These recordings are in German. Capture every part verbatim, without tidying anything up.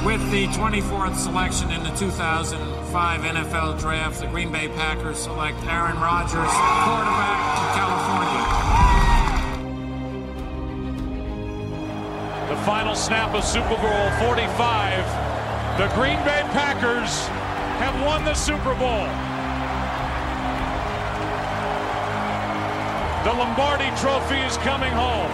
With the twenty-fourth selection in the two thousand five N F L Draft, the Green Bay Packers select Aaron Rodgers, quarterback of California. The final snap of Super Bowl forty-five. The Green Bay Packers have won the Super Bowl. The Lombardi Trophy is coming home.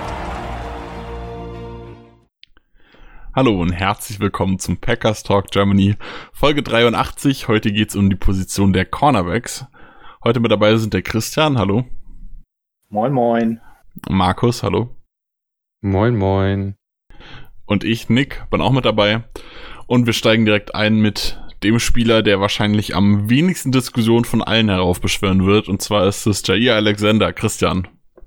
Hallo und herzlich willkommen zum Packers Talk Germany, Folge dreiundachtzig. Heute geht es um die Position der Cornerbacks. Heute mit dabei sind der Christian, hallo. Moin, moin. Markus, hallo. Moin, moin. Und ich, Nick, bin auch mit dabei. Und wir steigen direkt ein mit dem Spieler, der wahrscheinlich am wenigsten Diskussion von allen heraufbeschwören wird. Und zwar ist es Jaire Alexander. Christian.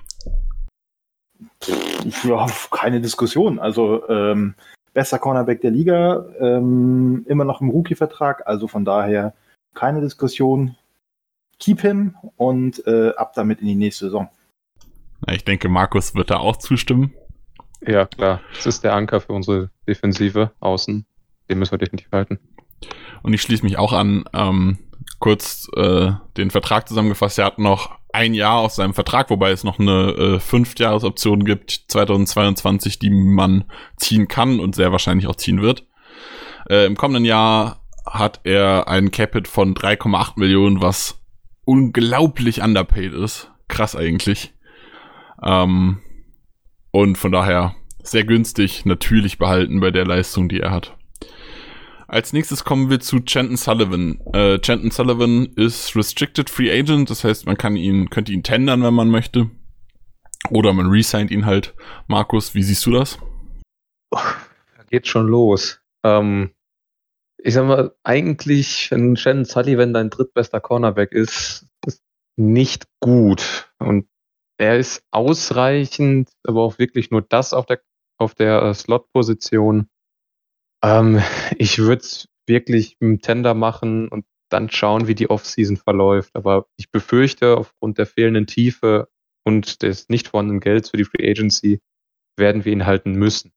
Ja, keine Diskussion. Also, ähm, bester Cornerback der Liga, ähm, immer noch im Rookie-Vertrag, also von daher keine Diskussion. Keep him und äh, ab damit in die nächste Saison. Ja, ich denke, Markus wird da auch zustimmen. Ja, klar. Es ist der Anker für unsere Defensive außen. Den müssen wir definitiv halten. Und ich schließe mich auch an. Ähm, kurz äh, den Vertrag zusammengefasst. Er hat noch ein Jahr aus seinem Vertrag, wobei es noch eine äh, Fünf-Jahres-Option gibt, zweitausendzweiundzwanzig, die man ziehen kann und sehr wahrscheinlich auch ziehen wird. Äh, Im kommenden Jahr hat er einen Cap-Hit von drei Komma acht Millionen, was unglaublich underpaid ist. Krass eigentlich. Ähm, und von daher sehr günstig, natürlich behalten bei der Leistung, die er hat. Als nächstes kommen wir zu Chandon Sullivan. Äh, Chandon Sullivan ist Restricted Free Agent, das heißt, man kann ihn, könnte ihn tendern, wenn man möchte. Oder man resigned ihn halt. Markus, wie siehst du das? Da geht's schon los. Ähm, ich sag mal, eigentlich, wenn Chandon Sullivan dein drittbester Cornerback ist, ist nicht gut. Und er ist ausreichend, aber auch wirklich nur das auf der, auf der äh, Slot-Position. Ähm, ich würde es wirklich mit dem Tender machen und dann schauen, wie die Offseason verläuft. Aber ich befürchte, aufgrund der fehlenden Tiefe und des nicht vorhandenen Gelds für die Free Agency werden wir ihn halten müssen.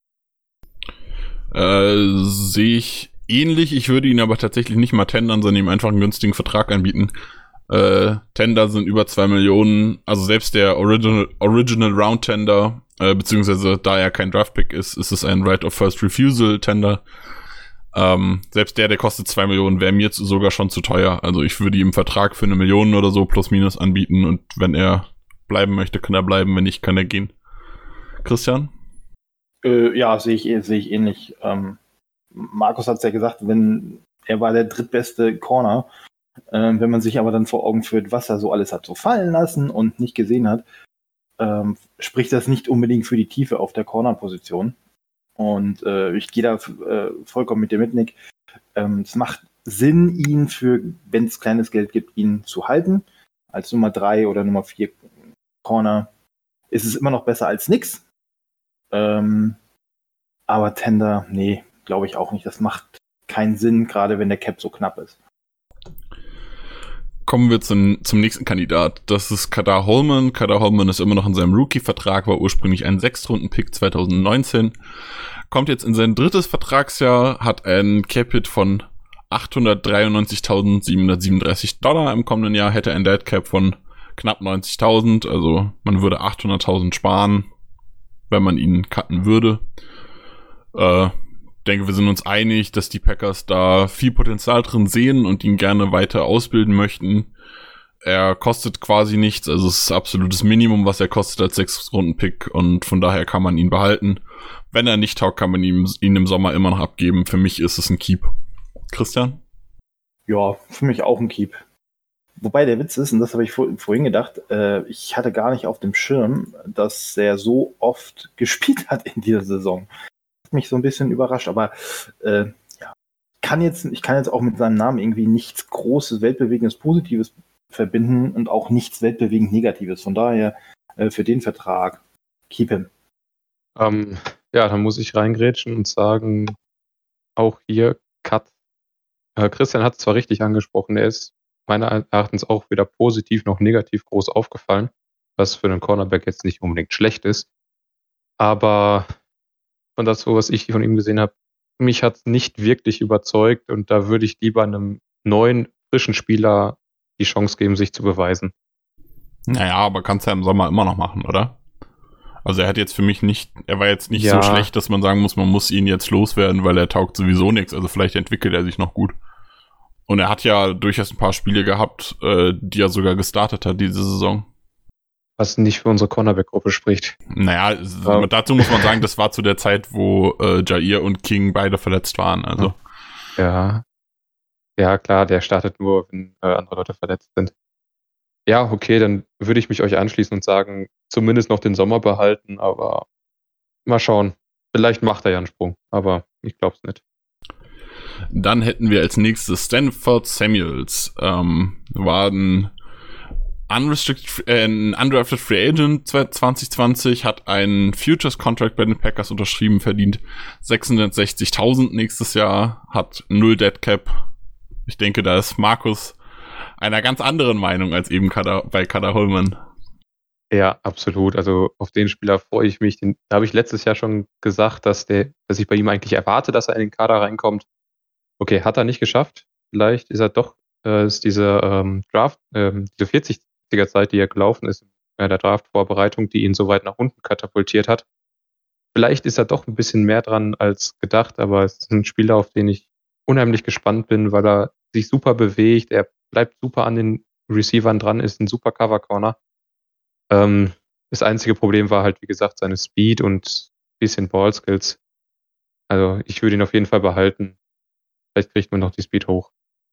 Äh, sehe ich ähnlich. Ich würde ihn aber tatsächlich nicht mal tendern, sondern ihm einfach einen günstigen Vertrag anbieten. Äh, Tender sind über zwei Millionen. Also selbst der Original, Original Round Tender, äh, beziehungsweise da er kein Draftpick ist, ist es ein Right of First Refusal Tender. Ähm, selbst der, der kostet zwei Millionen, wäre mir sogar schon zu teuer. Also ich würde ihm einen Vertrag für eine Million oder so plus minus anbieten und wenn er bleiben möchte, kann er bleiben, wenn nicht, kann er gehen. Christian? Äh, ja, sehe ich, sehe ich ähnlich. Ähm, Markus hat es ja gesagt, wenn er war der drittbeste Corner. Ähm, wenn man sich aber dann vor Augen führt, was er so alles hat so fallen lassen und nicht gesehen hat, ähm, spricht das nicht unbedingt für die Tiefe auf der Corner-Position. Und äh, ich gehe da äh, vollkommen mit dir mit, Nick. Ähm, es macht Sinn, ihn für, wenn es kleines Geld gibt, ihn zu halten. Als Nummer drei oder Nummer vier Corner ist es immer noch besser als nix. Ähm, aber Tender, nee, glaube ich auch nicht. Das macht keinen Sinn, gerade wenn der Cap so knapp ist. Kommen wir zum, zum nächsten Kandidat. Das ist Kadar Hollman. Kadar Hollman ist immer noch in seinem Rookie-Vertrag, war ursprünglich ein Sechstrunden-Pick zweitausendneunzehn. Kommt jetzt in sein drittes Vertragsjahr, hat ein Cap-Hit von achthundertdreiundneunzigtausendsiebenhundertsiebenunddreißig Dollar im kommenden Jahr, hätte ein Dead Cap von knapp neunzigtausend, also man würde achthunderttausend sparen, wenn man ihn cutten würde. Äh, Ich denke, wir sind uns einig, dass die Packers da viel Potenzial drin sehen und ihn gerne weiter ausbilden möchten. Er kostet quasi nichts, also es ist absolutes Minimum, was er kostet als Sechs-Runden-Pick und von daher kann man ihn behalten. Wenn er nicht taugt, kann man ihn, ihn im Sommer immer noch abgeben. Für mich ist es ein Keep. Christian? Ja, für mich auch ein Keep. Wobei der Witz ist, und das habe ich vor, vorhin gedacht, äh, ich hatte gar nicht auf dem Schirm, dass er so oft gespielt hat in dieser Saison. Mich so ein bisschen überrascht, aber äh, ja, kann jetzt, ich kann jetzt auch mit seinem Namen irgendwie nichts Großes, Weltbewegendes, Positives verbinden und auch nichts weltbewegend Negatives. Von daher äh, für den Vertrag, keep him. Ähm, ja, dann muss ich reingrätschen und sagen, auch hier Cut. Äh, Christian hat es zwar richtig angesprochen, er ist meiner Erachtens auch weder positiv noch negativ groß aufgefallen, was für einen Cornerback jetzt nicht unbedingt schlecht ist. Aber von das, was ich von ihm gesehen habe, mich hat es nicht wirklich überzeugt und da würde ich lieber einem neuen, frischen Spieler die Chance geben, sich zu beweisen. Naja, aber kannst du ja im Sommer immer noch machen, oder? Also er hat jetzt für mich nicht, er war jetzt nicht Ja. so schlecht, dass man sagen muss, man muss ihn jetzt loswerden, weil er taugt sowieso nichts. Also vielleicht entwickelt er sich noch gut. Und er hat ja durchaus ein paar Spiele gehabt, äh, die er sogar gestartet hat diese Saison. Was nicht für unsere Cornerback-Gruppe spricht. Naja, es- Ja. dazu muss man sagen, das war zu der Zeit, wo äh, Jair und King beide verletzt waren. Also Ja. Ja, klar, der startet nur, wenn äh, andere Leute verletzt sind. Ja, okay, dann würde ich mich euch anschließen und sagen, zumindest noch den Sommer behalten, aber mal schauen. Vielleicht macht er ja einen Sprung, aber ich glaube es nicht. dann hätten wir als nächstes Stanford Samuels. Ähm, war ein Unrestricted, äh, ein undrafted Free Agent zwanzig zwanzig, hat einen Futures Contract bei den Packers unterschrieben, verdient sechshundertsechzigtausend nächstes Jahr, hat null Dead Cap. Ich denke, da ist Markus einer ganz anderen Meinung als eben Kader, bei Kader Holman. Ja, absolut. Also auf den Spieler freue ich mich. Den, da habe ich letztes Jahr schon gesagt, dass, der, dass ich bei ihm eigentlich erwarte, dass er in den Kader reinkommt. Okay, hat er nicht geschafft. Vielleicht ist er doch, äh, ist diese ähm, Draft, ähm, diese vierziger-Zeit, die er gelaufen ist, äh, der Draft-Vorbereitung, die ihn so weit nach unten katapultiert hat. Vielleicht ist er doch ein bisschen mehr dran als gedacht, aber es ist ein Spieler, auf den ich unheimlich gespannt bin, weil er sich super bewegt, er bleibt super an den Receivern dran, ist ein super Cover-Corner. Ähm, das einzige Problem war halt, wie gesagt, seine Speed und ein bisschen Ball-Skills. Also ich würde ihn auf jeden Fall behalten. Vielleicht kriegt man noch die Speed hoch.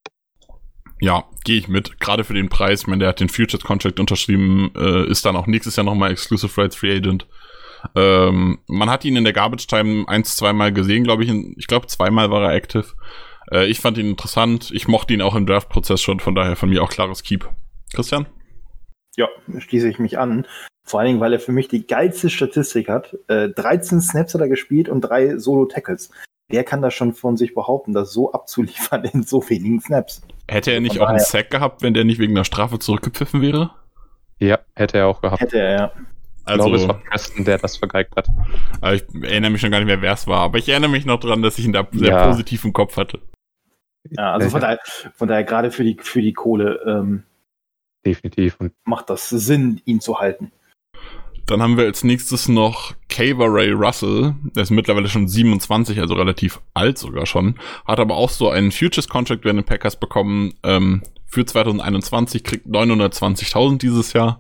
Ja, gehe ich mit. Gerade für den Preis. Ich meine, der hat den Futures Contract unterschrieben, äh, ist dann auch nächstes Jahr nochmal Exclusive Rights Free Agent. Ähm, man hat ihn in der Garbage Time eins, zweimal gesehen, glaube ich. In, ich glaube, zweimal war er active. Äh, ich fand ihn interessant. Ich mochte ihn auch im Draft-Prozess schon. Von daher von mir auch klares Keep. Christian? Ja, schließe ich mich an. Vor allen Dingen, weil er für mich die geilste Statistik hat. Äh, dreizehn Snaps hat er gespielt und drei Solo-Tackles. Wer kann das schon von sich behaupten, das so abzuliefern in so wenigen Snaps? Hätte er nicht Von auch einen daher- Sack gehabt, wenn der nicht wegen der Strafe zurückgepfiffen wäre? Ja, hätte er auch gehabt. Hätte er, ja. Ich Also, glaube, es war Preston, der das vergeigt hat. aber ich erinnere mich schon gar nicht mehr, wer es war. Aber ich erinnere mich noch dran, dass ich ihn da sehr Ja. positiv im Kopf hatte. Ja, also von daher, von daher gerade für die, für die Kohle ähm, Definitiv. Und macht das Sinn, ihn zu halten. Dann haben wir als nächstes noch Kava Ray Russell. Der ist mittlerweile schon siebenundzwanzig, also relativ alt sogar schon. Hat aber auch so einen Futures Contract bei den Packers bekommen. Ähm, für zwanzig einundzwanzig, kriegt neunhundertzwanzigtausend dieses Jahr.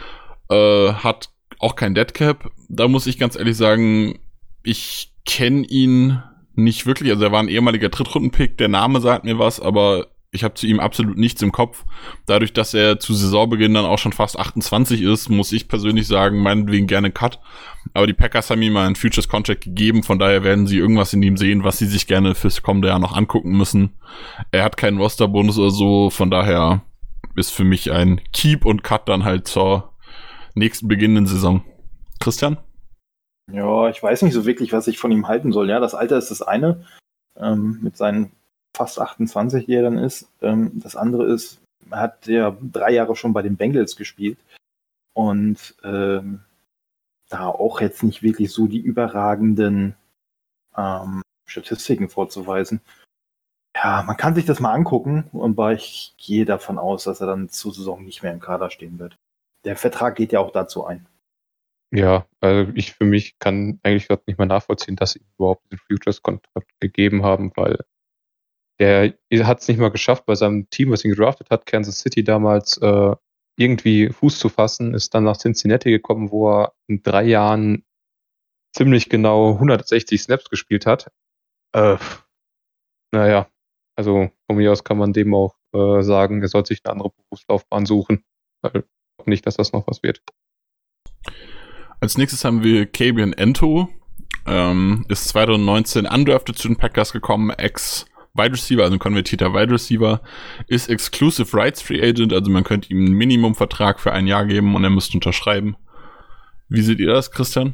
Äh, hat auch kein Dead Cap. Da muss ich ganz ehrlich sagen, ich kenne ihn nicht wirklich. Also er war ein ehemaliger Drittrunden-Pick. Der Name sagt mir was, aber ich habe zu ihm absolut nichts im Kopf. Dadurch, dass er zu Saisonbeginn dann auch schon fast achtundzwanzig ist, muss ich persönlich sagen, meinetwegen gerne Cut. Aber die Packers haben ihm mal einen Futures Contract gegeben, von daher werden sie irgendwas in ihm sehen, was sie sich gerne fürs kommende Jahr noch angucken müssen. Er hat keinen Rosterbonus oder so, von daher ist für mich ein Keep und Cut dann halt zur nächsten beginnenden Saison. Christian? Ja, ich weiß nicht so wirklich, was ich von ihm halten soll. Ja, das Alter ist das eine, ähm, mit seinen fast achtundzwanzig, die er dann ist. Ähm, das andere ist, er hat ja drei Jahre schon bei den Bengals gespielt und ähm, da auch jetzt nicht wirklich so die überragenden ähm, Statistiken vorzuweisen. Ja, man kann sich das mal angucken, aber ich gehe davon aus, dass er dann zur Saison nicht mehr im Kader stehen wird. Der Vertrag geht ja auch dazu ein. ja, also ich für mich kann eigentlich gerade nicht mehr nachvollziehen, dass sie überhaupt den Futures-Contract gegeben haben, weil der hat es nicht mal geschafft, bei seinem Team, was ihn gedraftet hat, Kansas City damals, äh, irgendwie Fuß zu fassen, ist dann nach Cincinnati gekommen, wo er in drei Jahren ziemlich genau hundertsechzig Snaps gespielt hat. Äh, naja, also von mir aus kann man dem auch äh, sagen, er soll sich eine andere Berufslaufbahn suchen, weil ich glaube nicht, dass das noch was wird. Als nächstes haben wir Kabian Ento. Ähm, ist zwanzig neunzehn undrafted zu den Packers gekommen, ex Wide Receiver, also ein konvertierter Wide Receiver, ist Exclusive Rights Free Agent, also man könnte ihm einen Minimumvertrag für ein Jahr geben und er müsste unterschreiben. Wie seht ihr das, Christian?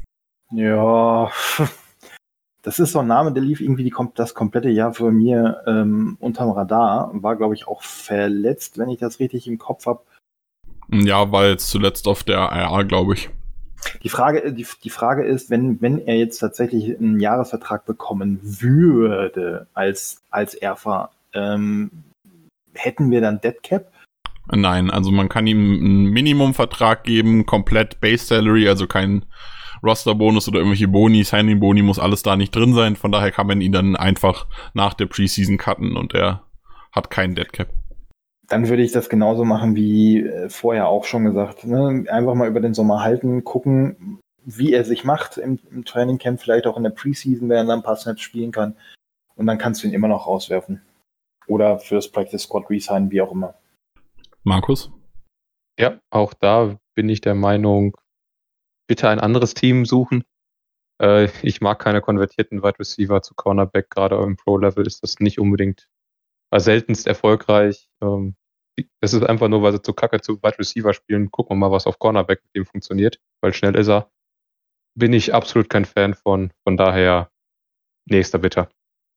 Ja, das ist so ein Name, der lief irgendwie die, das komplette Jahr für mir ähm, unterm Radar. War, glaube ich, auch verletzt, wenn ich das richtig im Kopf habe. Ja, war jetzt zuletzt auf der I R, glaube ich. Die Frage, die, die Frage ist, wenn, wenn er jetzt tatsächlich einen Jahresvertrag bekommen würde als, als Erfa, ähm, hätten wir dann Dead Cap? Nein, also man kann ihm einen Minimumvertrag geben, komplett Base Salary, also kein Roster-Bonus oder irgendwelche Boni, Signing-Boni muss alles da nicht drin sein, von daher kann man ihn dann einfach nach der Preseason cutten und er hat keinen Dead Cap. Dann würde ich das genauso machen wie äh, vorher auch schon gesagt. Ne? Einfach mal über den Sommer halten, gucken, wie er sich macht im, im Training Camp, vielleicht auch in der Preseason, wenn er dann ein paar Snaps spielen kann. Und dann kannst du ihn immer noch rauswerfen. Oder fürs Practice Squad resignen, wie auch immer. Markus? Ja, auch da bin ich der Meinung, bitte ein anderes Team suchen. Äh, ich mag keine konvertierten Wide Receiver zu Cornerback. Gerade im Pro-Level ist das nicht unbedingt war seltenst erfolgreich. Ähm, es ist einfach nur, weil sie zu kacke zu Wide Receiver spielen. Gucken wir mal, was auf Cornerback mit dem funktioniert, weil schnell ist er. Bin ich absolut kein Fan von. Von daher, nächster bitte.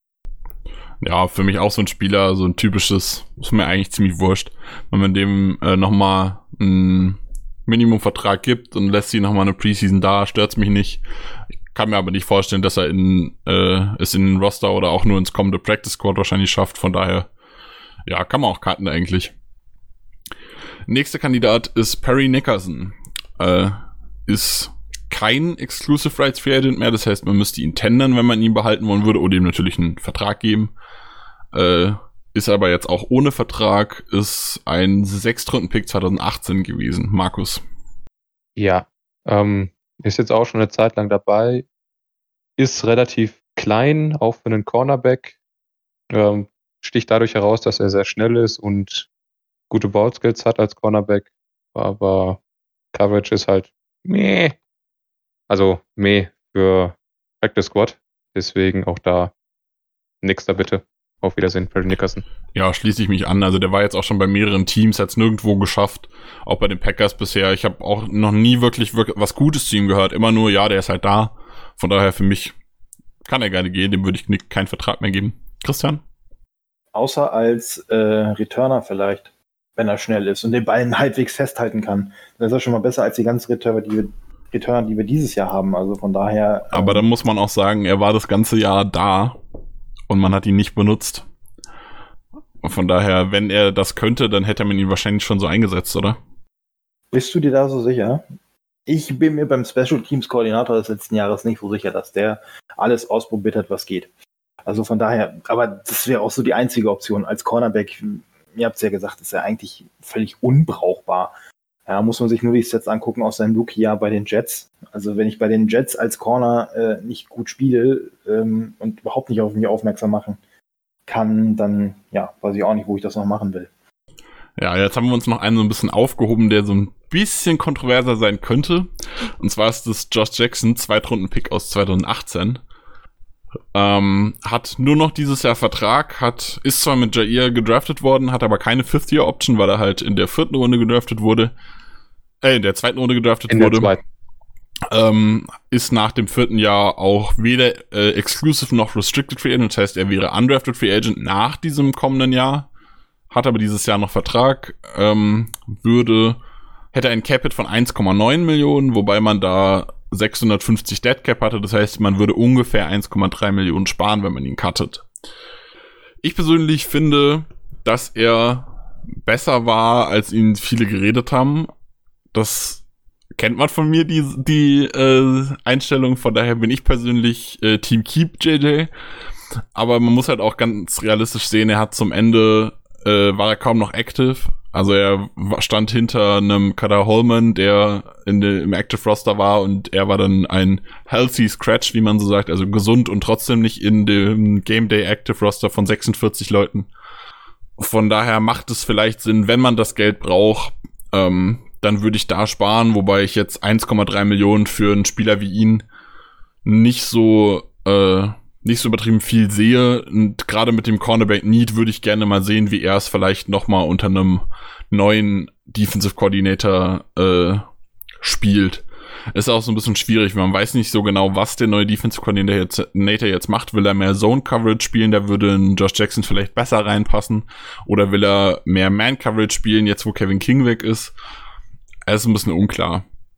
Ja, für mich auch so ein Spieler, so ein typisches, ist mir eigentlich ziemlich wurscht, wenn man dem äh, nochmal einen Minimumvertrag gibt und lässt sie nochmal eine Preseason da, stört's mich nicht. Ich kann mir aber nicht vorstellen, dass er in, äh, es in den Roster oder auch nur ins kommende Practice Squad wahrscheinlich schafft. Von daher, ja, kann man auch cutten eigentlich. Nächster Kandidat ist Perry Nickerson. Äh, ist kein Exclusive Rights Free Agent mehr. Das heißt, man müsste ihn tendern, wenn man ihn behalten wollen würde oder ihm natürlich einen Vertrag geben. Äh, ist aber jetzt auch ohne Vertrag. Ist ein Sechstrunden-Pick zwanzig achtzehn gewesen. Markus? Ja, ähm, ist jetzt auch schon eine Zeit lang dabei, ist relativ klein, auch für einen Cornerback, ähm, sticht dadurch heraus, dass er sehr schnell ist und gute Ballskills hat als Cornerback, aber Coverage ist halt meh, also meh für Practice Squad, deswegen auch da nix da bitte. Auf Wiedersehen, Perry Nickerson. Ja, schließe ich mich an. Also der war jetzt auch schon bei mehreren Teams, hat es nirgendwo geschafft. Auch bei den Packers bisher. Ich habe auch noch nie wirklich, wirklich was Gutes zu ihm gehört. Immer nur, ja, der ist halt da. Von daher für mich kann er gerne gehen. Dem würde ich keinen Vertrag mehr geben. Christian? Außer als äh, Returner vielleicht, wenn er schnell ist und den Ball halbwegs festhalten kann. Das ist ja schon mal besser als die ganzen Returner, die wir, Returner, die wir dieses Jahr haben. Also von daher... Ähm, Aber dann muss man auch sagen, er war das ganze Jahr da. Und man hat ihn nicht benutzt. Und von daher, wenn er das könnte, dann hätte man ihn wahrscheinlich schon so eingesetzt, oder? Bist du dir da so sicher? Ich bin mir beim Special Teams Koordinator des letzten Jahres nicht so sicher, dass der alles ausprobiert hat, was geht. Also von daher, aber das wäre auch so die einzige Option. Als Cornerback, ihr habt es ja gesagt, ist er eigentlich völlig unbrauchbar. Ja, muss man sich nur die Stats angucken aus seinem Rookie-Jahr bei den Jets. Also wenn ich bei den Jets als Corner äh, nicht gut spiele ähm, und überhaupt nicht auf mich aufmerksam machen kann, dann ja, weiß ich auch nicht, wo ich das noch machen will. Ja, jetzt haben wir uns noch einen so ein bisschen aufgehoben, der so ein bisschen kontroverser sein könnte. Und zwar ist das Josh Jackson, Zweitrunden-Pick aus zwanzig achtzehn. Ähm, hat nur noch dieses Jahr Vertrag, hat ist zwar mit Jair gedraftet worden, hat aber keine Fifth-Year-Option, weil er halt in der vierten Runde gedraftet wurde. Äh, in der zweiten Runde gedraftet in wurde. Der ähm, ist nach dem vierten Jahr auch weder äh, Exclusive noch Restricted Free Agent. Das heißt, er wäre Undrafted Free Agent nach diesem kommenden Jahr. Hat aber dieses Jahr noch Vertrag. Ähm, würde, hätte ein Cap-Hit von eins Komma neun Millionen, wobei man da sechshundertfünfzig Dead Cap hatte. Das heißt, man würde ungefähr eins Komma drei Millionen sparen, wenn man ihn cuttet. Ich persönlich finde, dass er besser war, als ihn viele geredet haben. Das kennt man von mir, die, die äh, Einstellung. Von daher bin ich persönlich äh, Team Keep J J. Aber man muss halt auch ganz realistisch sehen, er hat zum Ende, äh, war er kaum noch active. Also er stand hinter einem Kader Holman, der in de, im Active Roster war, und er war dann ein healthy Scratch, wie man so sagt, also gesund und trotzdem nicht in dem Game Day Active Roster von sechsundvierzig Leuten. Von daher macht es vielleicht Sinn, wenn man das Geld braucht, ähm, dann würde ich da sparen, wobei ich jetzt eins Komma drei Millionen für einen Spieler wie ihn nicht so äh, nicht so übertrieben viel sehe. Und gerade mit dem Cornerback Need würde ich gerne mal sehen, wie er es vielleicht noch mal unter einem neuen Defensive Coordinator äh, spielt. Ist auch so ein bisschen schwierig, weil man weiß nicht so genau, was der neue Defensive Coordinator jetzt, Nater jetzt macht. Will er mehr Zone Coverage spielen, da würde ein Josh Jackson vielleicht besser reinpassen. Oder will er mehr Man Coverage spielen, jetzt wo Kevin King weg ist? Es ist ein bisschen unklar.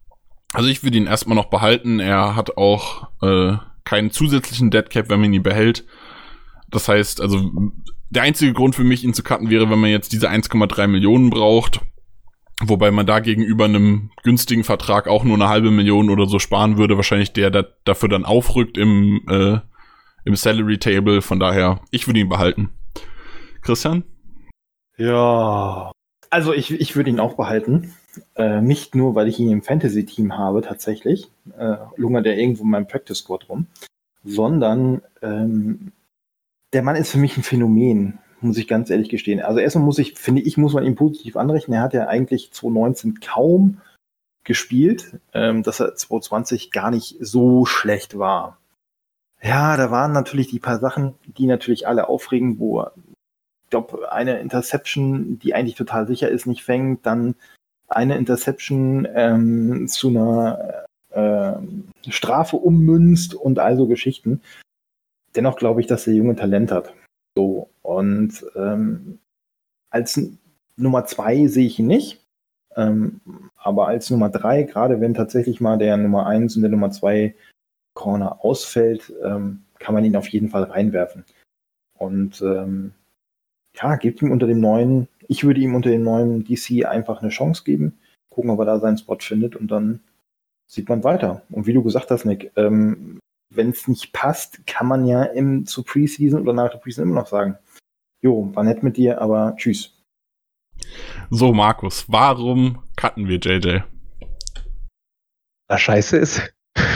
Also ich würde ihn erstmal noch behalten. Er hat auch äh, keinen zusätzlichen Deadcap, wenn man ihn behält. Das heißt, also der einzige Grund für mich, ihn zu cutten, wäre, wenn man jetzt diese eins Komma drei Millionen braucht. Wobei man da gegenüber einem günstigen Vertrag auch nur eine halbe Million oder so sparen würde. Wahrscheinlich der, der dafür dann aufrückt im, äh, im Salary Table. Von daher, ich würde ihn behalten. Christian? Ja, also ich, ich würde ihn auch behalten. Äh, nicht nur, weil ich ihn im Fantasy-Team habe, tatsächlich. Äh, lungert er irgendwo in meinem Practice-Squad rum. Sondern ähm, der Mann ist für mich ein Phänomen, muss ich ganz ehrlich gestehen. Also erstmal muss ich, finde ich, muss man ihn positiv anrechnen. Er hat ja eigentlich zwanzig neunzehn kaum gespielt, ähm, dass er zwanzig zwanzig gar nicht so schlecht war. Ja, da waren natürlich die paar Sachen, die natürlich alle aufregen, wo er, ich glaube, eine Interception, die eigentlich total sicher ist, nicht fängt, dann eine Interception ähm, zu einer äh, Strafe ummünzt und all so Geschichten. Dennoch glaube ich, dass der Junge Talent hat. So, und ähm, als Nummer zwei sehe ich ihn nicht, ähm, aber als Nummer drei, gerade wenn tatsächlich mal der Nummer eins und der Nummer zwei Corner ausfällt, ähm, kann man ihn auf jeden Fall reinwerfen. Und ähm, ja, gebt ihm unter dem neuen, ich würde ihm unter dem neuen D C einfach eine Chance geben, gucken, ob er da seinen Spot findet und dann sieht man weiter. Und wie du gesagt hast, Nick, ähm, wenn es nicht passt, kann man ja im, zur Preseason oder nach der Preseason immer noch sagen, jo, war nett mit dir, aber tschüss. So, Markus, warum cutten wir J J? Was scheiße ist.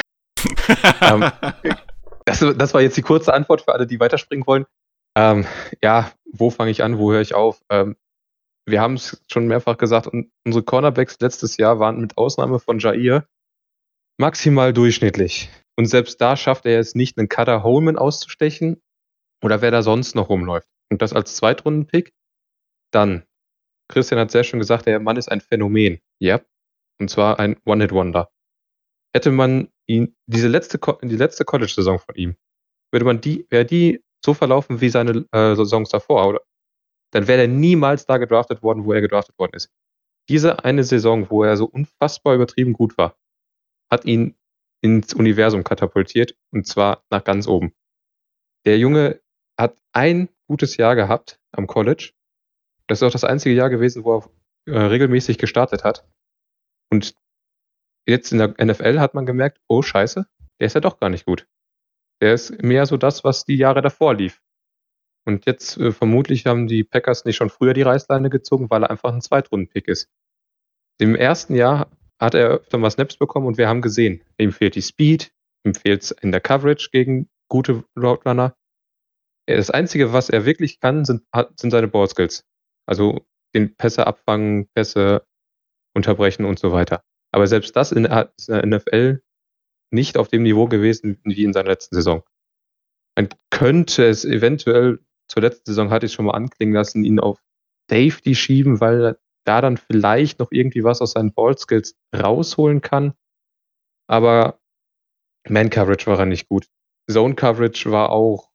ähm, das, das war jetzt die kurze Antwort für alle, die weiterspringen wollen. Ähm, ja, wo fange ich an, wo höre ich auf? Ähm, wir haben es schon mehrfach gesagt, und unsere Cornerbacks letztes Jahr waren mit Ausnahme von Jair maximal durchschnittlich. Und selbst da schafft er jetzt nicht, einen Cutter Holman auszustechen oder wer da sonst noch rumläuft. Und das als Zweitrunden-Pick. Dann, Christian hat sehr schön gesagt, der Mann ist ein Phänomen. Ja, und zwar ein One-Hit-Wonder. Hätte man ihn, diese letzte, die letzte College-Saison von ihm, würde man die, wäre die so verlaufen wie seine äh, Saisons davor, oder? Dann wäre er niemals da gedraftet worden, wo er gedraftet worden ist. Diese eine Saison, wo er so unfassbar übertrieben gut war, hat ihn ins Universum katapultiert, und zwar nach ganz oben. Der Junge hat ein gutes Jahr gehabt am College. Das ist auch das einzige Jahr gewesen, wo er äh, regelmäßig gestartet hat. Und jetzt in der N F L hat man gemerkt, oh scheiße, der ist ja doch gar nicht gut. Der ist mehr so das, was die Jahre davor lief. Und jetzt äh, vermutlich haben die Packers nicht schon früher die Reißleine gezogen, weil er einfach ein Zweitrunden-Pick ist. Im ersten Jahr hat er öfter mal Snaps bekommen und wir haben gesehen, ihm fehlt die Speed, ihm fehlt es in der Coverage gegen gute Route Runner. Das Einzige, was er wirklich kann, sind, sind seine Ballskills. Also den Pässe abfangen, Pässe unterbrechen und so weiter. Aber selbst das in der N F L nicht auf dem Niveau gewesen wie in seiner letzten Saison. Man könnte es eventuell, zur letzten Saison hatte ich schon mal anklingen lassen, ihn auf Safety schieben, weil er da dann vielleicht noch irgendwie was aus seinen Ballskills rausholen kann. Aber Man-Coverage war er nicht gut. Zone-Coverage war auch,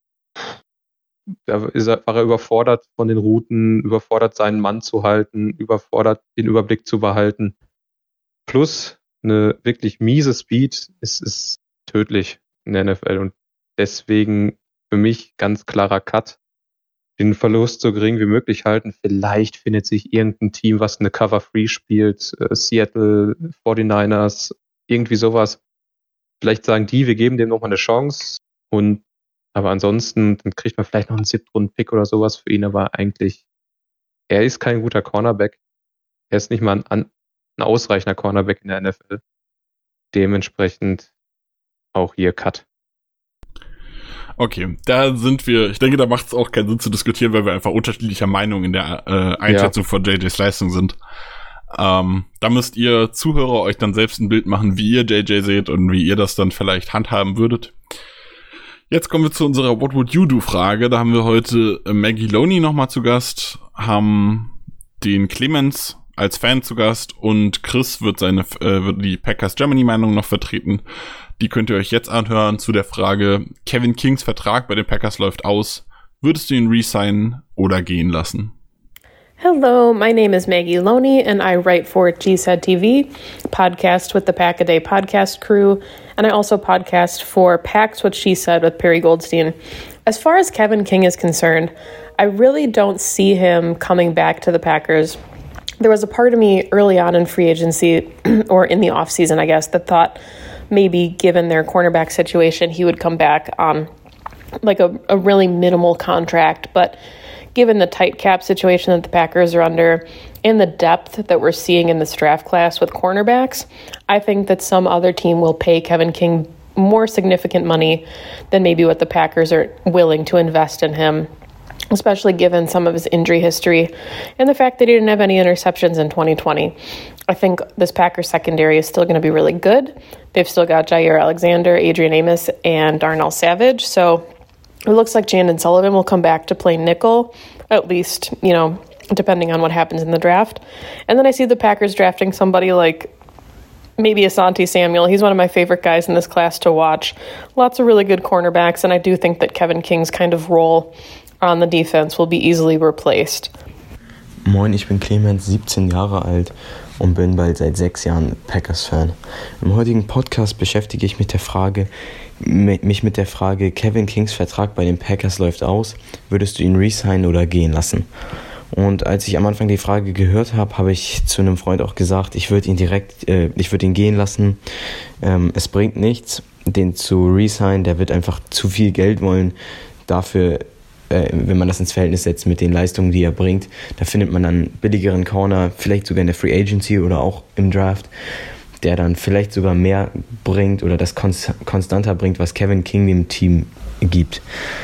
da ist er, war er überfordert von den Routen, überfordert seinen Mann zu halten, überfordert den Überblick zu behalten. Plus eine wirklich miese Speed ist, ist tödlich in der N F L und deswegen für mich ganz klarer Cut. Den Verlust so gering wie möglich halten. Vielleicht findet sich irgendein Team, was eine Cover-Free spielt. Äh, Seattle, forty-niners, irgendwie sowas. Vielleicht sagen die, wir geben dem nochmal eine Chance. Und aber ansonsten dann kriegt man vielleicht noch einen Siebtrunden-Pick oder sowas für ihn. Aber eigentlich, er ist kein guter Cornerback. Er ist nicht mal ein, ein ausreichender Cornerback in der N F L. Dementsprechend auch hier Cut. Okay, da sind wir, ich denke, da macht es auch keinen Sinn zu diskutieren, weil wir einfach unterschiedlicher Meinung in der äh, Einschätzung ja. von J Js Leistung sind. Ähm, da müsst ihr Zuhörer euch dann selbst ein Bild machen, wie ihr J J seht und wie ihr das dann vielleicht handhaben würdet. Jetzt kommen wir zu unserer What Would You Do Frage. Da haben wir heute Maggie Loney nochmal zu Gast, haben den Clemens als Fan zu Gast und Chris wird seine äh, wird die Packers Germany Meinung noch vertreten. Die könnt ihr euch jetzt anhören zu der Frage, Kevin Kings Vertrag bei den Packers läuft aus. Würdest du ihn resignen oder gehen lassen? Hello, my name is Maggie Loney, and I write for G S E D T V, podcast with the Pack a Day podcast crew, and I also podcast for Packs What She Said with Perry Goldstein. As far as Kevin King is concerned, I really don't see him coming back to the Packers. There was a part of me early on in free agency, or in the offseason, I guess, that thought maybe given their cornerback situation, he would come back on like a, a really minimal contract, but given the tight cap situation that the Packers are under and the depth that we're seeing in this draft class with cornerbacks, I think that some other team will pay Kevin King more significant money than maybe what the Packers are willing to invest in him, especially given some of his injury history and the fact that he didn't have any interceptions in twenty twenty. I think this Packers secondary is still going to be really good. They've still got Jair Alexander, Adrian Amos, and Darnell Savage, so it looks like Jandon Sullivan will come back to play nickel, at least, you know, depending on what happens in the draft. And then I see the Packers drafting somebody like maybe Asante Samuel. He's one of my favorite guys in this class to watch. Lots of really good cornerbacks, and I do think that Kevin King's kind of role on the defense will be easily replaced. Moin, ich bin Clemens, siebzehn Jahre alt und bin bald seit sechs Jahren Packers-Fan. Im heutigen Podcast beschäftige ich mit der Frage, mich mit der Frage, Kevin Kings Vertrag bei den Packers läuft aus, würdest du ihn resignen oder gehen lassen? Und als ich am Anfang die Frage gehört habe, habe ich zu einem Freund auch gesagt, ich würde ihn direkt, äh, ich würde ihn gehen lassen. Ähm, es bringt nichts, den zu resignen, der wird einfach zu viel Geld wollen dafür, äh, wenn man das ins Verhältnis setzt mit den Leistungen, die er bringt. Da findet man dann billigeren Corner, vielleicht sogar in der Free Agency oder auch im Draft, der dann vielleicht sogar mehr bringt oder das konstanter bringt, was Kevin King dem Team gibt.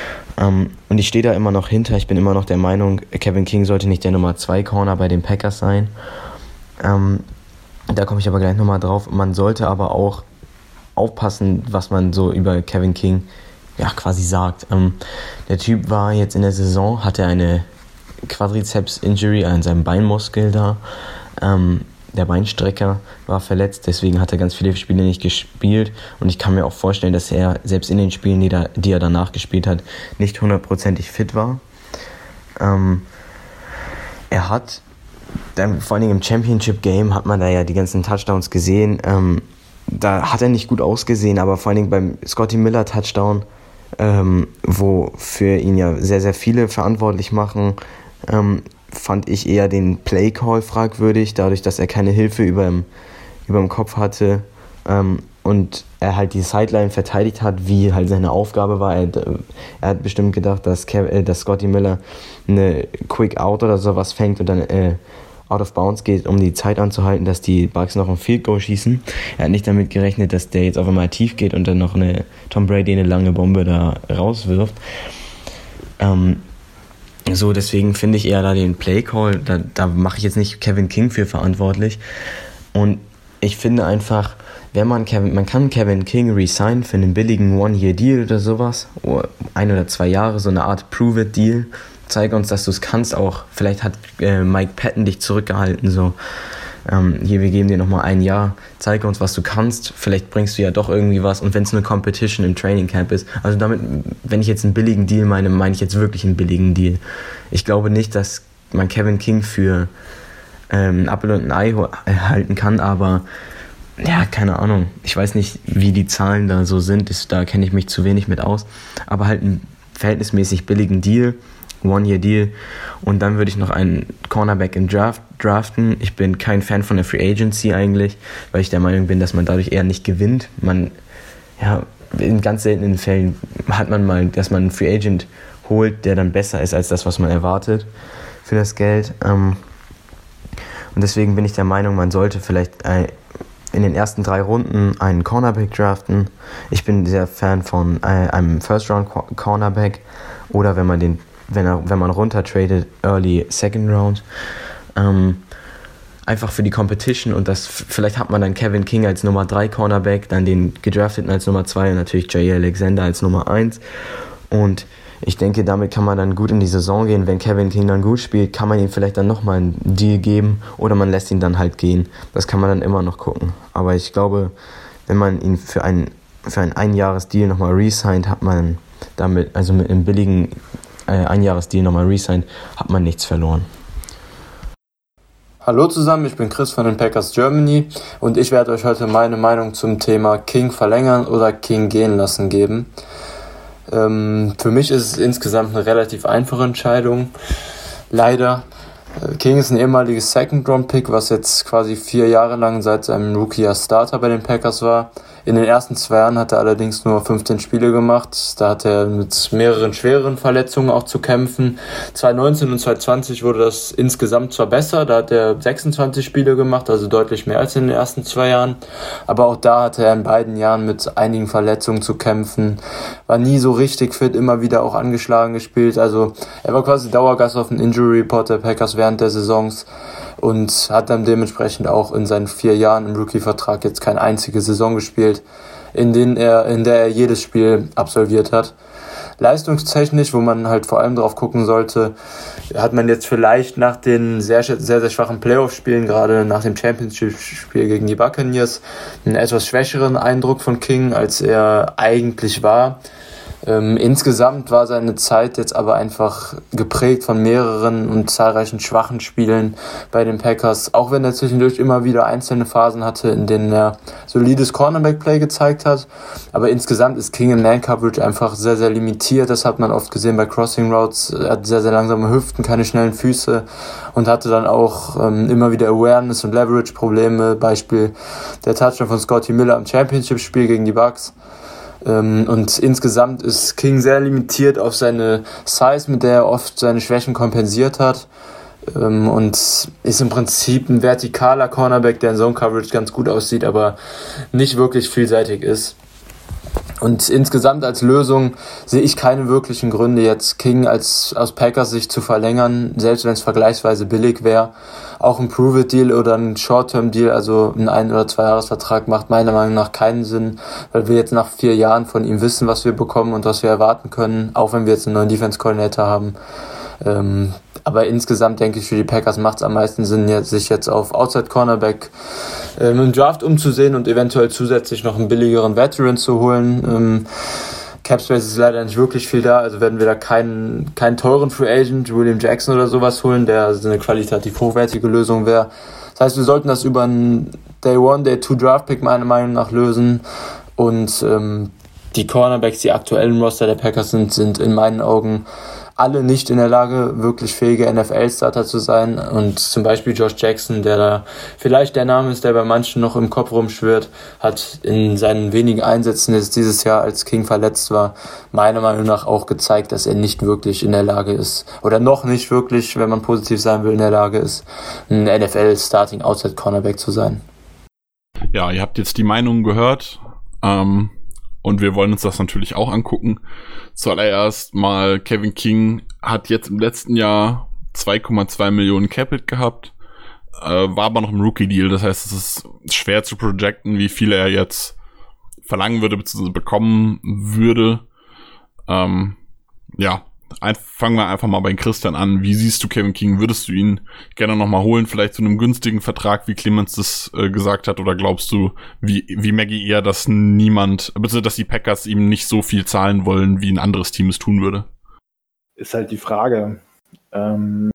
Um, und ich stehe da immer noch hinter. Ich bin immer noch der Meinung, Kevin King sollte nicht der Nummer zwei Corner bei den Packers sein. Um, da komme ich aber gleich nochmal drauf. Man sollte aber auch aufpassen, was man so über Kevin King ja, quasi sagt. Um, der Typ war jetzt in der Saison, hatte eine Quadrizeps-Injury an seinem Beinmuskel da. Um, Der Beinstrecker war verletzt, deswegen hat er ganz viele Spiele nicht gespielt. Und ich kann mir auch vorstellen, dass er selbst in den Spielen, die, da, die er danach gespielt hat, nicht hundertprozentig fit war. Ähm, er hat, dann, vor allem im Championship-Game hat man da ja die ganzen Touchdowns gesehen. Ähm, da hat er nicht gut ausgesehen, aber vor allem beim Scotty Miller-Touchdown, ähm, wofür ihn ja sehr, sehr viele verantwortlich machen, ähm, fand ich eher den Play-Call fragwürdig, dadurch, dass er keine Hilfe über dem, über dem Kopf hatte ähm, und er halt die Sideline verteidigt hat, wie halt seine Aufgabe war. Er, er hat bestimmt gedacht, dass, Kev, äh, dass Scotty Miller eine Quick-Out oder sowas fängt und dann äh, out of bounds geht, um die Zeit anzuhalten, dass die Bucks noch ein Field Goal schießen. Er hat nicht damit gerechnet, dass der jetzt auf einmal tief geht und dann noch eine Tom Brady eine lange Bombe da rauswirft. Ähm, So, deswegen finde ich eher da den Play-Call, da, da mache ich jetzt nicht Kevin King für verantwortlich. Und ich finde einfach, wenn man Kevin, man kann Kevin King resignen für einen billigen One-Year-Deal oder sowas, oder ein oder zwei Jahre, so eine Art Prove-It-Deal. Zeige uns, dass du es kannst auch. Vielleicht hat äh, Mike Patton dich zurückgehalten, so. Ähm, hier, wir geben dir nochmal ein Jahr, zeige uns, was du kannst, vielleicht bringst du ja doch irgendwie was und wenn es eine Competition im Training Camp ist, also damit, wenn ich jetzt einen billigen Deal meine, meine ich jetzt wirklich einen billigen Deal. Ich glaube nicht, dass man Kevin King für ähm, ein Apfel und ein Ei halten kann, aber ja, keine Ahnung, ich weiß nicht, wie die Zahlen da so sind, ist, da kenne ich mich zu wenig mit aus, aber halt einen verhältnismäßig billigen Deal, One-Year-Deal und dann würde ich noch einen Cornerback im Draft draften. Ich bin kein Fan von der Free Agency eigentlich, weil ich der Meinung bin, dass man dadurch eher nicht gewinnt. Man, ja, in ganz seltenen Fällen hat man mal, dass man einen Free Agent holt, der dann besser ist als das, was man erwartet für das Geld. Und deswegen bin ich der Meinung, man sollte vielleicht in den ersten drei Runden einen Cornerback draften. Ich bin sehr Fan von einem First-Round-Cornerback oder wenn man den Wenn, er, wenn man runter tradet, Early Second Round. Ähm, einfach für die Competition und das vielleicht hat man dann Kevin King als Nummer drei Cornerback, dann den gedrafteten als Nummer zwei und natürlich Jair Alexander als Nummer eins. Und ich denke, damit kann man dann gut in die Saison gehen. Wenn Kevin King dann gut spielt, kann man ihm vielleicht dann nochmal einen Deal geben oder man lässt ihn dann halt gehen. Das kann man dann immer noch gucken. Aber ich glaube, wenn man ihn für einen, für einen Einjahres-Deal nochmal re-signed, hat man damit, also mit einem billigen Äh, Einjahresdeal nochmal resigned, hat man nichts verloren. Hallo zusammen, ich bin Chris von den Packers Germany und ich werde euch heute meine Meinung zum Thema King verlängern oder King gehen lassen geben. Ähm, für mich ist es insgesamt eine relativ einfache Entscheidung. Leider. King ist ein ehemaliges Second-Round-Pick, was jetzt quasi vier Jahre lang seit seinem Rookie-Jahr Starter bei den Packers war. In den ersten zwei Jahren hat er allerdings nur fünfzehn Spiele gemacht. Da hat er mit mehreren schwereren Verletzungen auch zu kämpfen. zwanzig neunzehn und zwanzig zwanzig wurde das insgesamt zwar besser, da hat er sechsundzwanzig Spiele gemacht, also deutlich mehr als in den ersten zwei Jahren. Aber auch da hatte er in beiden Jahren mit einigen Verletzungen zu kämpfen. War nie so richtig fit, immer wieder auch angeschlagen gespielt. Also er war quasi Dauergast auf dem Injury Report der Packers während der Saisons und hat dann dementsprechend auch in seinen vier Jahren im Rookie-Vertrag jetzt keine einzige Saison gespielt, in denen er, in der er jedes Spiel absolviert hat. Leistungstechnisch, wo man halt vor allem drauf gucken sollte, hat man jetzt vielleicht nach den sehr, sehr, sehr schwachen Playoff-Spielen, gerade nach dem Championship-Spiel gegen die Buccaneers, einen etwas schwächeren Eindruck von King, als er eigentlich war. Ähm, insgesamt war seine Zeit jetzt aber einfach geprägt von mehreren und zahlreichen schwachen Spielen bei den Packers, auch wenn er zwischendurch immer wieder einzelne Phasen hatte, in denen er solides Cornerback-Play gezeigt hat. Aber insgesamt ist King in Man-Coverage einfach sehr, sehr limitiert. Das hat man oft gesehen bei Crossing Routes. Er hat sehr, sehr langsame Hüften, keine schnellen Füße und hatte dann auch ähm, immer wieder Awareness- und Leverage-Probleme. Beispiel der Touchdown von Scotty Miller im Championship-Spiel gegen die Bucks. Und insgesamt ist King sehr limitiert auf seine Size, mit der er oft seine Schwächen kompensiert hat. Und ist im Prinzip ein vertikaler Cornerback, der in Zone Coverage ganz gut aussieht, aber nicht wirklich vielseitig ist. Und insgesamt als Lösung sehe ich keine wirklichen Gründe, jetzt King als aus Packers Sicht zu verlängern, selbst wenn es vergleichsweise billig wäre. Auch ein Prove-It-Deal oder ein Short-Term-Deal, also ein Ein- oder Zwei-Jahres-Vertrag, macht meiner Meinung nach keinen Sinn, weil wir jetzt nach vier Jahren von ihm wissen, was wir bekommen und was wir erwarten können, auch wenn wir jetzt einen neuen Defense-Coordinator haben. Ähm, aber insgesamt denke ich, für die Packers macht es am meisten Sinn, jetzt, sich jetzt auf Outside Cornerback ähm, im Draft umzusehen und eventuell zusätzlich noch einen billigeren Veteran zu holen. Ähm, Capspace ist leider nicht wirklich viel da, also werden wir da keinen, keinen teuren Free Agent, William Jackson oder sowas holen, der eine qualitativ hochwertige Lösung wäre. Das heißt, wir sollten das über einen Day One, Day Two Draft Pick meiner Meinung nach lösen und ähm, die Cornerbacks, die aktuell im Roster der Packers sind, sind in meinen Augen alle nicht in der Lage, wirklich fähige N F L-Starter zu sein. Und zum Beispiel Josh Jackson, der da vielleicht der Name ist, der bei manchen noch im Kopf rumschwirrt, hat in seinen wenigen Einsätzen jetzt dieses Jahr, als King verletzt war, meiner Meinung nach auch gezeigt, dass er nicht wirklich in der Lage ist, oder noch nicht wirklich, wenn man positiv sein will, in der Lage ist, ein N F L-Starting Outside Cornerback zu sein. Ja, ihr habt jetzt die Meinungen gehört. Ähm Und wir wollen uns das natürlich auch angucken. Zuallererst mal, Kevin King hat jetzt im letzten Jahr zwei Komma zwei Millionen Capit gehabt, äh, war aber noch im Rookie-Deal. Das heißt, es ist schwer zu projecten, wie viel er jetzt verlangen würde, bzw. bekommen würde. Ähm, ja, ein, fangen wir einfach mal bei Christian an. Wie siehst du Kevin King? Würdest du ihn gerne nochmal holen, vielleicht zu einem günstigen Vertrag, wie Clemens das äh, gesagt hat? Oder glaubst du, wie, wie Maggie eher, dass niemand, beziehungsweise dass die Packers ihm nicht so viel zahlen wollen, wie ein anderes Team es tun würde? Ist halt die Frage. Ähm,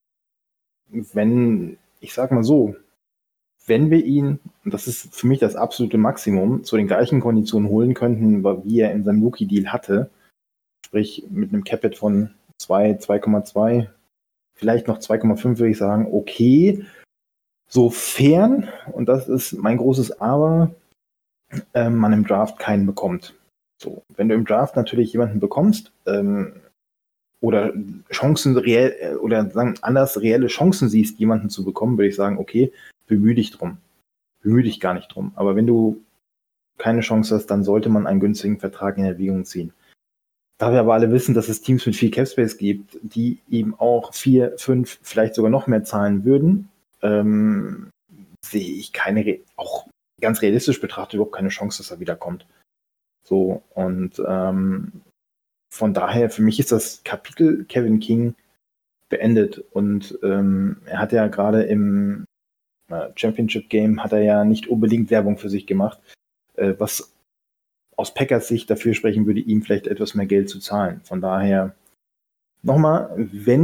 wenn, ich sag mal so, wenn wir ihn, und das ist für mich das absolute Maximum, zu den gleichen Konditionen holen könnten, wie er in seinem Rookie-Deal hatte, sprich mit einem Capit von zwei, zwei Komma zwei, vielleicht noch zwei Komma fünf, würde ich sagen, okay, sofern, und das ist mein großes Aber, ähm, man im Draft keinen bekommt. So, wenn du im Draft natürlich jemanden bekommst, ähm, oder Chancen reell, oder sagen anders, reelle Chancen siehst, jemanden zu bekommen, würde ich sagen, okay, bemühe dich drum. Bemühe dich gar nicht drum. Aber wenn du keine Chance hast, dann sollte man einen günstigen Vertrag in Erwägung ziehen. Da wir aber alle wissen, dass es Teams mit viel Capspace gibt, die eben auch vier, fünf, vielleicht sogar noch mehr zahlen würden, ähm, sehe ich keine, Re- auch ganz realistisch betrachtet, überhaupt keine Chance, dass er wiederkommt. So, und ähm, von daher, für mich ist das Kapitel Kevin King beendet. Und ähm, er hat ja gerade im äh, Championship Game hat er ja nicht unbedingt Werbung für sich gemacht, äh, was aus Packers Sicht dafür sprechen würde, ihm vielleicht etwas mehr Geld zu zahlen. Von daher, nochmal, wenn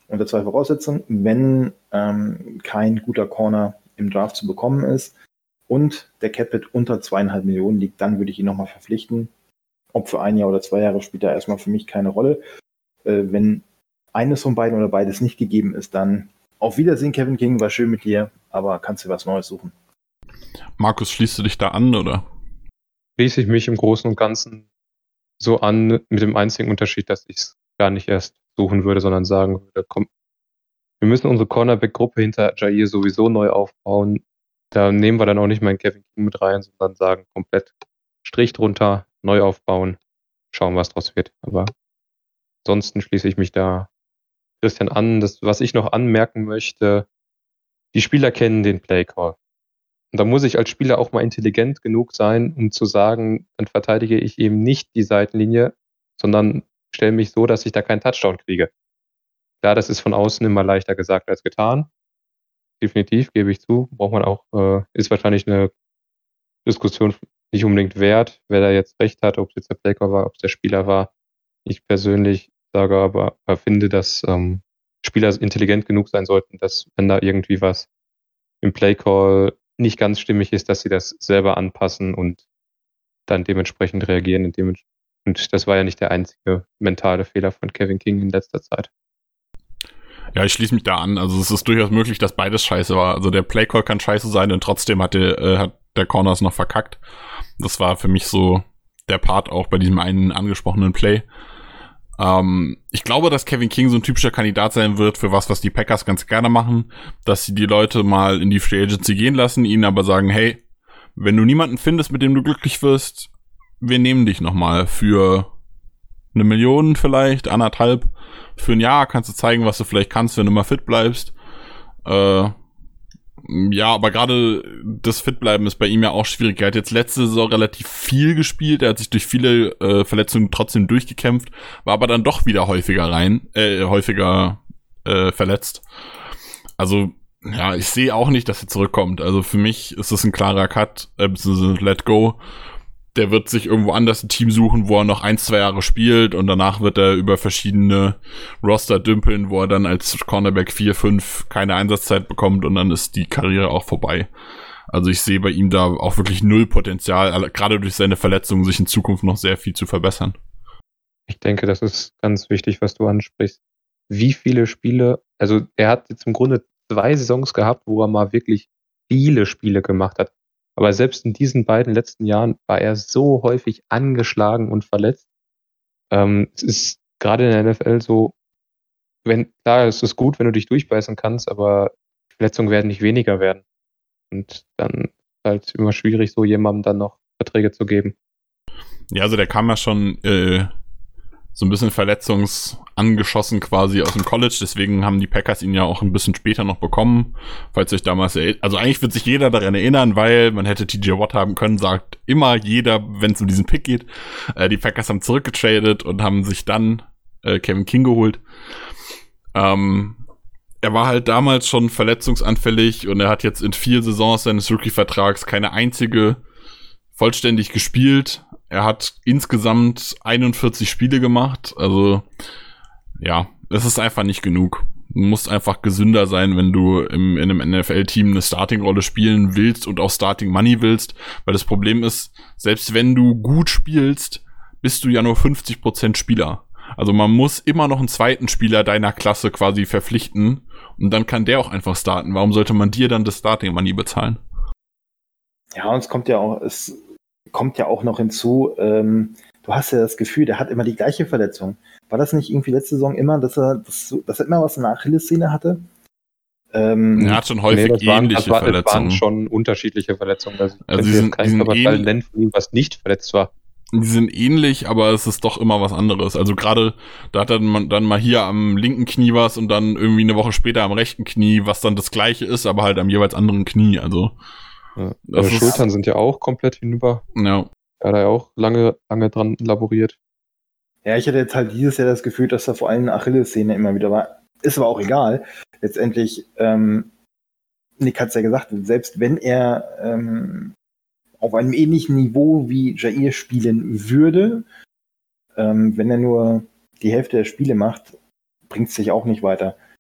unter zwei Voraussetzungen, wenn ähm, kein guter Corner im Draft zu bekommen ist und der Capit unter zweieinhalb Millionen liegt, dann würde ich ihn nochmal verpflichten. Ob für ein Jahr oder zwei Jahre spielt da erstmal für mich keine Rolle. Äh, wenn eines von beiden oder beides nicht gegeben ist, dann auf Wiedersehen, Kevin King, war schön mit dir, aber kannst du was Neues suchen. Markus, schließt du dich da an, oder? Schließe ich mich im Großen und Ganzen so an, mit dem einzigen Unterschied, dass ich es gar nicht erst suchen würde, sondern sagen würde, komm, wir müssen unsere Cornerback-Gruppe hinter Jair sowieso neu aufbauen. Da nehmen wir dann auch nicht mal einen Kevin King mit rein, sondern sagen komplett Strich drunter, neu aufbauen, schauen, was draus wird. Aber ansonsten schließe ich mich da Christian an. Das, was ich noch anmerken möchte, die Spieler kennen den Playcall. Und da muss ich als Spieler auch mal intelligent genug sein, um zu sagen, dann verteidige ich eben nicht die Seitenlinie, sondern stelle mich so, dass ich da keinen Touchdown kriege. Klar, das ist von außen immer leichter gesagt als getan. Definitiv, gebe ich zu. Braucht man auch, äh, ist wahrscheinlich eine Diskussion nicht unbedingt wert, wer da jetzt recht hat, ob es jetzt der Playcall war, ob es der Spieler war. Ich persönlich sage aber, aber finde, dass ähm, Spieler intelligent genug sein sollten, dass wenn da irgendwie was im Playcall nicht ganz stimmig ist, dass sie das selber anpassen und dann dementsprechend reagieren. Und das war ja nicht der einzige mentale Fehler von Kevin King in letzter Zeit. Ja, ich schließe mich da an. Also es ist durchaus möglich, dass beides scheiße war. Also der Playcall kann scheiße sein und trotzdem hat der, äh, hat der Corners noch verkackt. Das war für mich so der Part auch bei diesem einen angesprochenen Play. Ähm, ich glaube, dass Kevin King so ein typischer Kandidat sein wird für was, was die Packers ganz gerne machen, dass sie die Leute mal in die Free Agency gehen lassen, ihnen aber sagen, hey, wenn du niemanden findest, mit dem du glücklich wirst, wir nehmen dich nochmal für eine Million vielleicht, anderthalb, für ein Jahr kannst du zeigen, was du vielleicht kannst, wenn du mal fit bleibst. Äh, ja, aber gerade das Fitbleiben ist bei ihm ja auch schwierig. Er hat jetzt letzte Saison relativ viel gespielt, er hat sich durch viele äh, Verletzungen trotzdem durchgekämpft, war aber dann doch wieder häufiger rein, äh, häufiger äh, verletzt. Also, ja, ich sehe auch nicht, dass er zurückkommt. Also für mich ist es ein klarer Cut, äh, beziehungsweise Let Go. Der wird sich irgendwo anders ein Team suchen, wo er noch ein, zwei Jahre spielt und danach wird er über verschiedene Roster dümpeln, wo er dann als Cornerback vier, fünf keine Einsatzzeit bekommt und dann ist die Karriere auch vorbei. Also ich sehe bei ihm da auch wirklich null Potenzial, gerade durch seine Verletzungen sich in Zukunft noch sehr viel zu verbessern. Ich denke, das ist ganz wichtig, was du ansprichst. Wie viele Spiele, also er hat jetzt im Grunde zwei Saisons gehabt, wo er mal wirklich viele Spiele gemacht hat. Aber selbst in diesen beiden letzten Jahren war er so häufig angeschlagen und verletzt. Ähm, es ist gerade in der N F L so, wenn, klar, es ist gut, wenn du dich durchbeißen kannst, aber Verletzungen werden nicht weniger werden. Und dann ist halt immer schwierig, so jemandem dann noch Verträge zu geben. Ja, also der kam ja schon äh, so ein bisschen verletzungsangeschossen quasi aus dem College, deswegen haben die Packers ihn ja auch ein bisschen später noch bekommen, falls euch damals erinnert. Also eigentlich wird sich jeder daran erinnern, weil man hätte T J Watt haben können, sagt immer jeder, wenn es um diesen Pick geht. Äh, die Packers haben zurückgetradet und haben sich dann äh, Kevin King geholt. Ähm, er war halt damals schon verletzungsanfällig und er hat jetzt in vier Saisons seines Rookie-Vertrags keine einzige vollständig gespielt. Er hat insgesamt einundvierzig Spiele gemacht, also ja, es ist einfach nicht genug. Du musst einfach gesünder sein, wenn du im, in einem N F L-Team eine Starting-Rolle spielen willst und auch Starting-Money willst, weil das Problem ist, selbst wenn du gut spielst, bist du ja nur fünfzig Prozent Spieler. Also man muss immer noch einen zweiten Spieler deiner Klasse quasi verpflichten und dann kann der auch einfach starten. Warum sollte man dir dann das Starting-Money bezahlen? Ja, und es kommt ja auch, es kommt ja auch noch hinzu, ähm, du hast ja das Gefühl, der hat immer die gleiche Verletzung. War das nicht irgendwie letzte Saison immer, dass er, dass, dass er immer was in der Achillessehne hatte? Ähm, er hat schon häufig nee, das waren, ähnliche das war, Verletzungen. Das waren schon unterschiedliche Verletzungen. Also ich also könnte diesen, jetzt kein Körperteil nennen von ihm, was nicht verletzt war. Die sind ähnlich, aber es ist doch immer was anderes. Also gerade, da hat dann, dann mal hier am linken Knie was und dann irgendwie eine Woche später am rechten Knie, was dann das gleiche ist, aber halt am jeweils anderen Knie. Also ja. Das ist, Schultern sind ja auch komplett hinüber. Ja. Er hat ja auch lange, lange dran laboriert. Ja, ich hatte jetzt halt dieses Jahr das Gefühl, dass da vor allem eine Achillessehne immer wieder war. Ist aber auch egal. Letztendlich, ähm, Nick hat es ja gesagt, selbst wenn er ähm, auf einem ähnlichen Niveau wie Jair spielen würde, ähm, wenn er nur die Hälfte der Spiele macht, bringt es sich auch nicht weiter.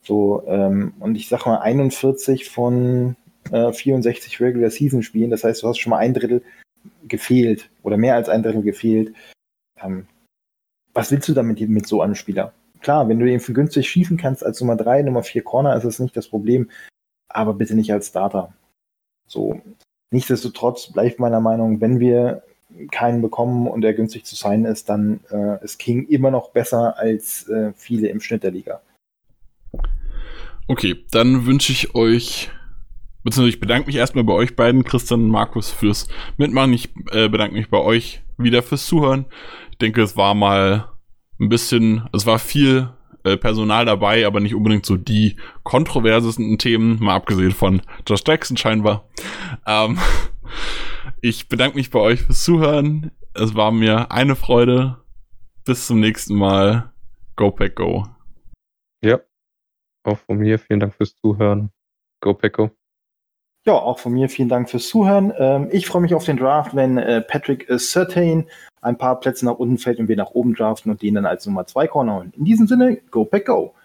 So, ähm, und ich sag mal einundvierzig von äh, vierundsechzig Regular Season Spielen, das heißt, du hast schon mal ein Drittel gefehlt oder mehr als ein Drittel gefehlt. Ähm, was willst du damit mit so einem Spieler? Klar, wenn du den für günstig schießen kannst als Nummer drei, Nummer vier Corner, ist das nicht das Problem, aber bitte nicht als Starter. So, nichtsdestotrotz bleibt meiner Meinung, wenn wir keinen bekommen und der günstig zu signen ist, dann äh, ist King immer noch besser als äh, viele im Schnitt der Liga. Okay, dann wünsche ich euch, beziehungsweise ich bedanke mich erstmal bei euch beiden, Christian und Markus, fürs Mitmachen. Ich äh, bedanke mich bei euch wieder fürs Zuhören. Ich denke, es war mal ein bisschen, es war viel äh, Personal dabei, aber nicht unbedingt so die kontroversesten Themen, mal abgesehen von Josh Jackson scheinbar. Ähm, ich bedanke mich bei euch fürs Zuhören. Es war mir eine Freude. Bis zum nächsten Mal. Go Pack Go. Ja, auch von mir vielen Dank fürs Zuhören. Go Pack Go. Ja, auch von mir vielen Dank fürs Zuhören. Ähm, ich freue mich auf den Draft, wenn äh, Patrick Surtain ein paar Plätze nach unten fällt und wir nach oben draften und den dann als Nummer zwei Corner holen. In diesem Sinne, Go Pack Go!